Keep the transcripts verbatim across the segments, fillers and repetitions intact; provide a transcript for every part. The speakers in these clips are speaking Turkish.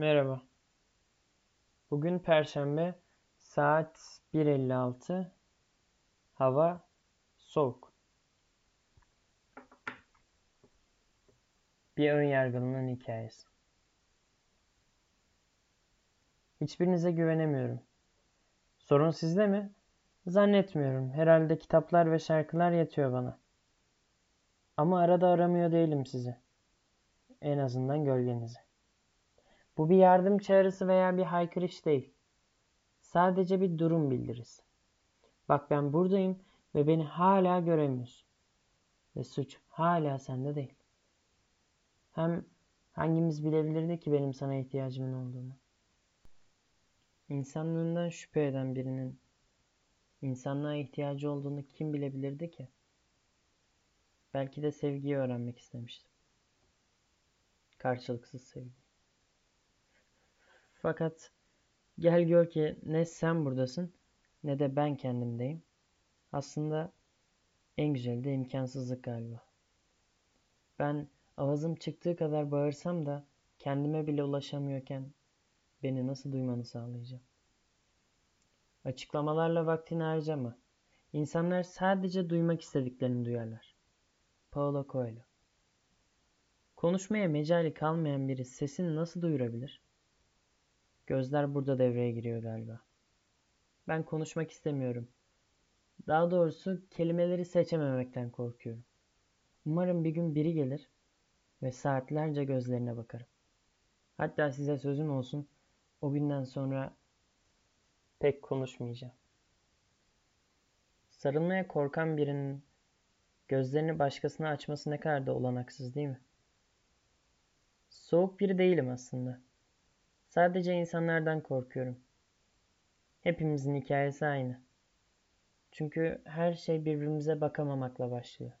Merhaba. Bugün Perşembe saat bir elli altı. Hava soğuk. Bir ön yargılının hikayesi. Hiçbirinize güvenemiyorum. Sorun sizde mi? Zannetmiyorum. Herhalde kitaplar ve şarkılar yatıyor bana. Ama arada aramıyor değilim sizi. En azından gölgenizi. Bu bir yardım çağrısı veya bir haykırış değil. Sadece bir durum bildirisi. Bak ben buradayım ve beni hala göremiyorsun. Ve suç hala sende değil. Hem hangimiz bilebilirdi ki benim sana ihtiyacımın olduğunu? İnsanlığından şüphe eden birinin insanlığa ihtiyacı olduğunu kim bilebilirdi ki? Belki de sevgiyi öğrenmek istemiştim. Karşılıksız sevgi. Fakat gel gör ki ne sen buradasın ne de ben kendimdeyim. Aslında en güzeli de imkansızlık galiba. Ben ağzım çıktığı kadar bağırsam da kendime bile ulaşamıyorken beni nasıl duymanı sağlayacağım? Açıklamalarla vaktini harcama. İnsanlar sadece duymak istediklerini duyarlar. Paulo Coelho. Konuşmaya mecali kalmayan biri sesini nasıl duyurabilir? Gözler burada devreye giriyor galiba. Ben konuşmak istemiyorum. Daha doğrusu kelimeleri seçememekten korkuyorum. Umarım bir gün biri gelir ve saatlerce gözlerine bakarım. Hatta size sözüm olsun, o günden sonra pek konuşmayacağım. Sarılmaya korkan birinin gözlerini başkasına açması ne kadar da olanaksız değil mi? Soğuk biri değilim aslında. Sadece insanlardan korkuyorum. Hepimizin hikayesi aynı. Çünkü her şey birbirimize bakamamakla başlıyor.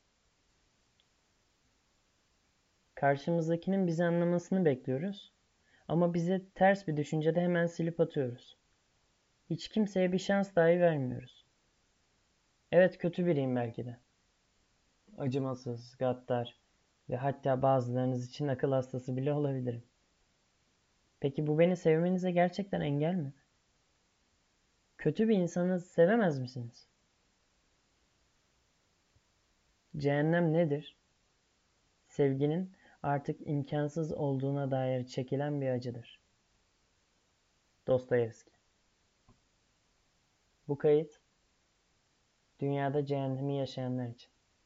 Karşımızdakinin bizi anlamasını bekliyoruz. Ama bize ters bir düşüncede hemen silip atıyoruz. Hiç kimseye bir şans dahi vermiyoruz. Evet, kötü biriyim belki de. Acımasız, gaddar ve hatta bazılarınız için akıl hastası bile olabilirim. Peki bu beni sevmenize gerçekten engel mi? Kötü bir insanı sevemez misiniz? Cehennem nedir? Sevginin artık imkansız olduğuna dair çekilen bir acıdır. Dostoyevski. Bu kayıt dünyada cehennemi yaşayanlar için.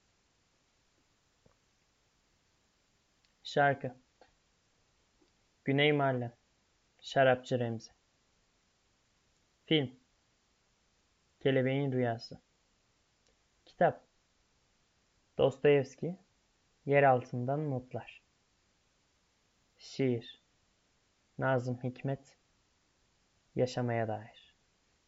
Şarkı Güney Mahalle Şarapçı Remzi. Film Kelebeğin Rüyası. Kitap Dostoyevski Yer Altından Notlar. Şiir Nazım Hikmet Yaşamaya Dair.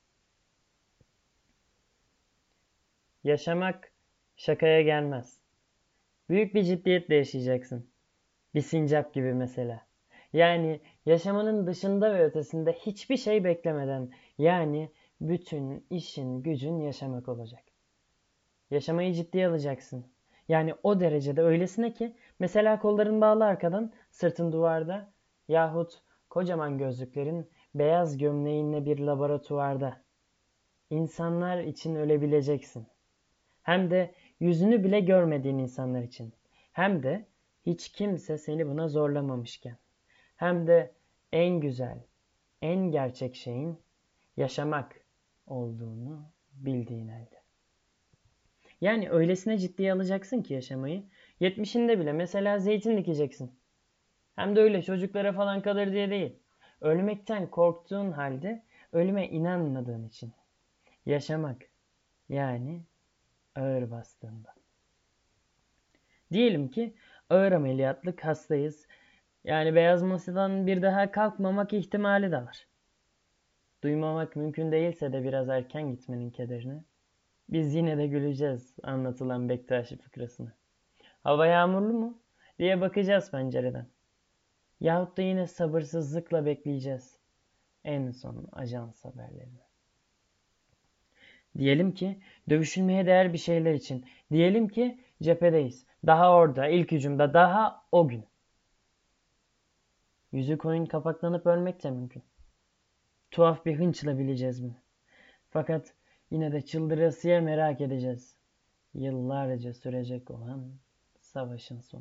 Yaşamak şakaya gelmez. Büyük bir ciddiyetle yaşayacaksın. Bir sincap gibi mesela. Yani yaşamanın dışında ve ötesinde hiçbir şey beklemeden, yani bütün işin gücün yaşamak olacak. Yaşamayı ciddiye alacaksın. Yani o derecede öylesine ki mesela kolların bağlı arkadan, sırtın duvarda yahut kocaman gözlüklerin beyaz gömleğinle bir laboratuvarda. İnsanlar için ölebileceksin. Hem de yüzünü bile görmediğin insanlar için. Hem de hiç kimse seni buna zorlamamışken. Hem de en güzel, en gerçek şeyin yaşamak olduğunu bildiğin halde. Yani öylesine ciddiye alacaksın ki yaşamayı. Yetmişinde bile mesela zeytin dikeceksin. Hem de öyle çocuklara falan kalır diye değil. Ölmekten korktuğun halde ölüme inanmadığın için. Yaşamak yani ağır bastığında. Diyelim ki ağır ameliyatlık hastayız. Yani beyaz masadan bir daha kalkmamak ihtimali de var. Duymamak mümkün değilse de biraz erken gitmenin kederine. Biz yine de güleceğiz anlatılan Bektaşi fıkrasına. Hava yağmurlu mu diye bakacağız pencereden. Yahut da yine sabırsızlıkla bekleyeceğiz en son ajans haberlerini. Diyelim ki dövüşülmeye değer bir şeyler için. Diyelim ki cephedeyiz. Daha orada, ilk hücumda, daha o gün. Yüzü koyun kapaklanıp ölmek de mümkün. Tuhaf bir hınçla bileceğiz bunu. Fakat yine de çıldırasıya merak edeceğiz. Yıllarca sürecek olan savaşın sonu.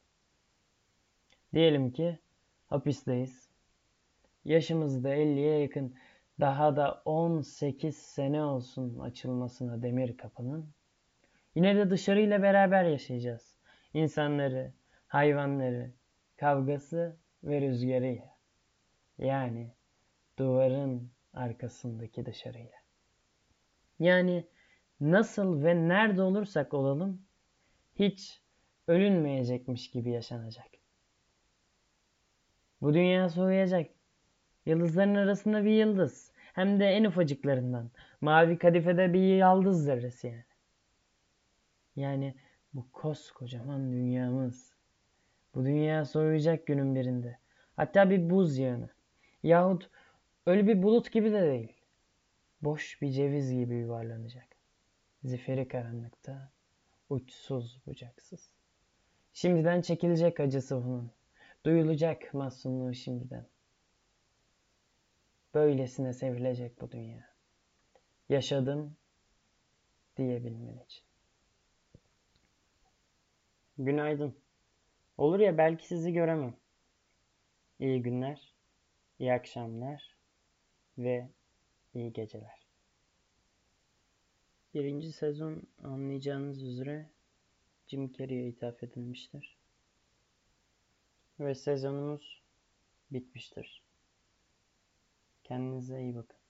Diyelim ki hapisteyiz. Yaşımız da elliye yakın. Daha da on sekiz sene olsun açılmasına demir kapının. Yine de dışarıyla beraber yaşayacağız. İnsanları, hayvanları, kavgası ve rüzgarıyla. Yani duvarın arkasındaki dışarıyla. Yani nasıl ve nerede olursak olalım hiç ölünmeyecekmiş gibi yaşanacak. Bu dünya soğuyacak. Yıldızların arasında bir yıldız. Hem de en ufacıklarından. Mavi kadifede bir yıldız zerresi yani. Yani bu koskocaman dünyamız. Bu dünya soğuyacak günün birinde. Hatta bir buz yağını. Yahut öyle bir bulut gibi de değil. Boş bir ceviz gibi yuvarlanacak. Zifiri karanlıkta, uçsuz bucaksız. Şimdiden çekilecek acısı bunun. Duyulacak mahzunluğu şimdiden. Böylesine sevilecek bu dünya. Yaşadım diyebilmen için. Günaydın. Olur ya belki sizi göremem. İyi günler, iyi akşamlar ve iyi geceler. Birinci sezon anlayacağınız üzere Jim Carrey'e ithaf edilmiştir. Ve sezonumuz bitmiştir. Kendinize iyi bakın.